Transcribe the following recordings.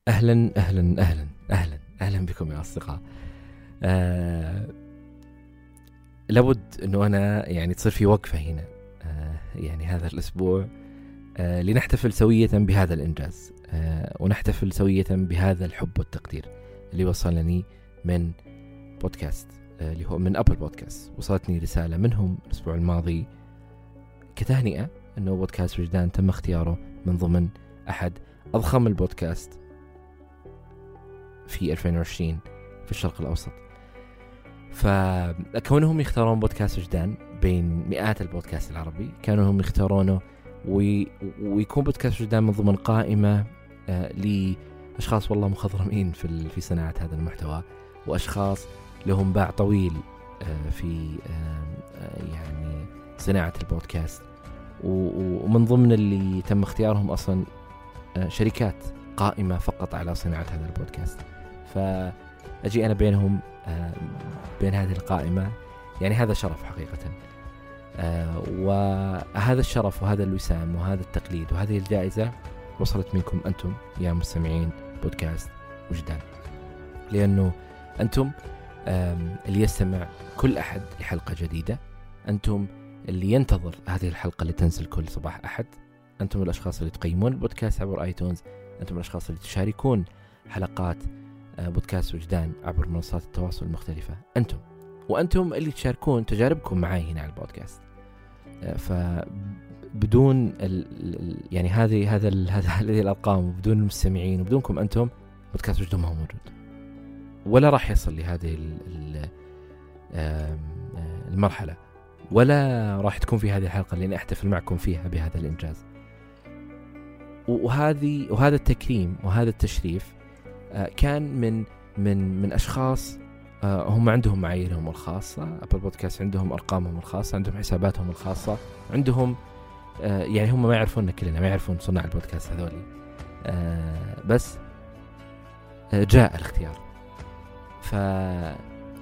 أهلا أهلا أهلا أهلا أهلا بكم يا أصدقاء. لابد أنه أنا يعني تصير في وقفة هنا يعني هذا الأسبوع لنحتفل سوية بهذا الإنجاز ونحتفل سوية بهذا الحب والتقدير اللي وصلني من بودكاست اللي هو من أبل بودكاست. وصلتني رسالة منهم الأسبوع الماضي كتهنئة أنه بودكاست وجدان تم اختياره من ضمن أحد أضخم البودكاست في 2020 في الشرق الأوسط. فكونهم يختارون بودكاست وجدان بين مئات البودكاست العربي، كانوا هم يختارونه ويكون بودكاست وجدان من ضمن قائمة لأشخاص والله مخضرمين في صناعة هذا المحتوى، وأشخاص لهم باع طويل في يعني صناعة البودكاست. ومن ضمن اللي تم اختيارهم أصلا شركات قائمة فقط على صناعة هذا البودكاست. فأجي أنا بينهم بين هذه القائمة، يعني هذا شرف حقيقة. وهذا الشرف وهذا الوسام وهذا التقليد وهذه الجائزة وصلت منكم أنتم يا مستمعين بودكاست وجدان، لأنه أنتم اللي يستمع كل أحد لحلقة جديدة، أنتم اللي ينتظر هذه الحلقة اللي تنزل كل صباح أحد، أنتم الأشخاص اللي تقيمون البودكاست عبر آيتونز، أنتم الأشخاص اللي تشاركون حلقات بودكاست وجدان عبر منصات التواصل المختلفة، وأنتم اللي تشاركون تجاربكم معي هنا على البودكاست. فبدون يعني هذه الأرقام وبدون المستمعين وبدونكم أنتم بودكاست وجدان ما هو موجود، ولا راح يصل لهذه المرحلة، ولا راح تكون في هذه الحلقة اللي أنا أحتفل معكم فيها بهذا الإنجاز. وهذا التكريم وهذا التشريف كان من أشخاص هم عندهم معاييرهم الخاصة. أبل بودكاست عندهم أرقامهم الخاصة، عندهم حساباتهم الخاصة، عندهم يعني هم ما يعرفوننا كلنا، ما يعرفون صناع البودكاست هذولي، بس جاء الاختيار. فأنا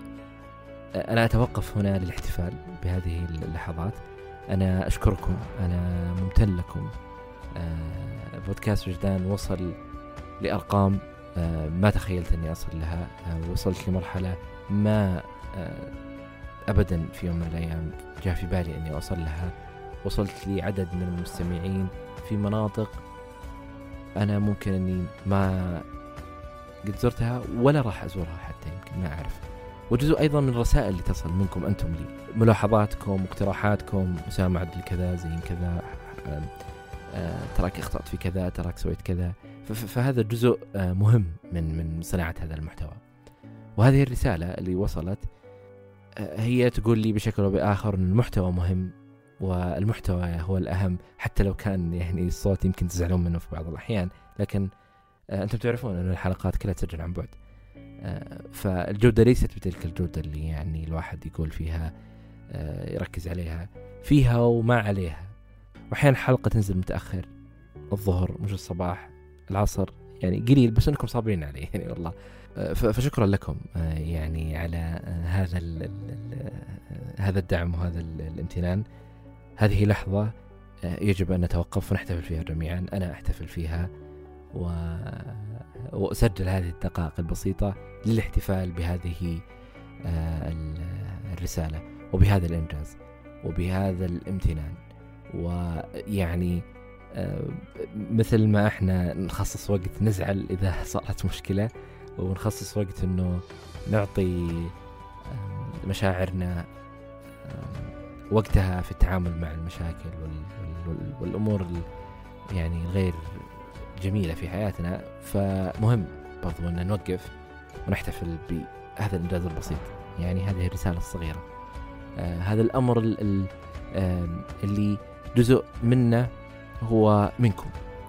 أتوقف هنا للاحتفال بهذه اللحظات. أنا أشكركم، أنا ممتن لكم. بودكاست وجدان وصل لأرقام ما تخيلت أني أصل لها. وصلت لمرحلة ما أبدا في يوم من الأيام جاء في بالي أني أوصل لها. وصلت لعدد من المستمعين في مناطق أنا ممكن أني ما قد زرتها ولا راح أزورها حتى، يمكن ما أعرف. وجزء أيضا من الرسائل اللي تصل منكم أنتم لي، ملاحظاتكم، اقتراحاتكم، أسامة عدل كذا، زين كذا، تراك أخطأت في كذا، تراك سويت كذا. فهذا جزء مهم من صناعة هذا المحتوى. وهذه الرسالة اللي وصلت هي تقول لي بشكل أو بآخر أن المحتوى مهم، والمحتوى هو الأهم، حتى لو كان يعني الصوت يمكن تزعلون منه في بعض الأحيان، لكن أنتم تعرفون أن الحلقات كلها تسجل عن بعد. فالجودة ليست بتلك الجودة اللي يعني الواحد يقول فيها يركز عليها فيها وما عليها. وأحيانا حلقة تنزل متأخر، الظهر مش الصباح، العصر، يعني قليل، بس أنكم صابرين عليه يعني والله. فشكرا لكم يعني على هذا الدعم وهذا الامتنان. هذه لحظة يجب أن نتوقف ونحتفل فيها جميعا. أنا أحتفل فيها وأسجل هذه الدقائق البسيطة للاحتفال بهذه الرسالة وبهذا الإنجاز وبهذا الامتنان. ويعني مثل ما احنا نخصص وقت نزعل إذا صارت مشكلة، ونخصص وقت انه نعطي مشاعرنا وقتها في التعامل مع المشاكل والأمور يعني غير جميلة في حياتنا، فمهم برضو أن نوقف ونحتفل بهذا الإنجاز البسيط. يعني هذه الرسالة الصغيرة، هذا الأمر اللي جزء منه هو منكم.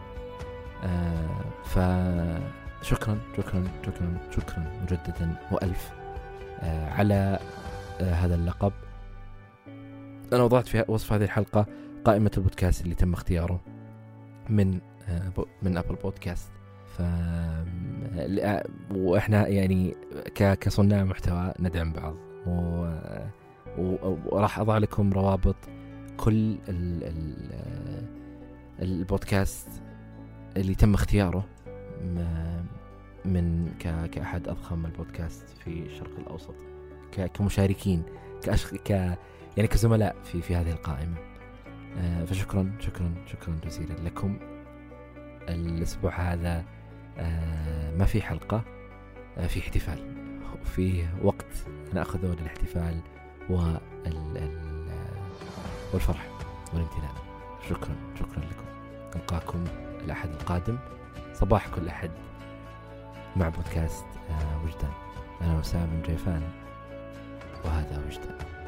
فشكرا شكرا شكرا شكرا مجددا وألف على هذا اللقب. أنا وضعت في وصف هذه الحلقة قائمة البودكاست اللي تم اختياره من أبل بودكاست. وإحنا يعني كصناع محتوى ندعم بعض، وراح أضع لكم روابط كل البودكاست اللي تم اختياره من كأحد أضخم البودكاست في الشرق الأوسط، كمشاركين، يعني كزملاء في هذه القائمة. فشكرا شكرا شكرا جزيلا لكم. الأسبوع هذا ما في حلقة، في احتفال، وفي وقت نأخذه للاحتفال والفرح والامتنان. شكرا شكرا لكم. نلقاكم الأحد القادم صباح كل أحد مع بودكاست وجدان. أنا وسام جيفان، وهذا وجدان.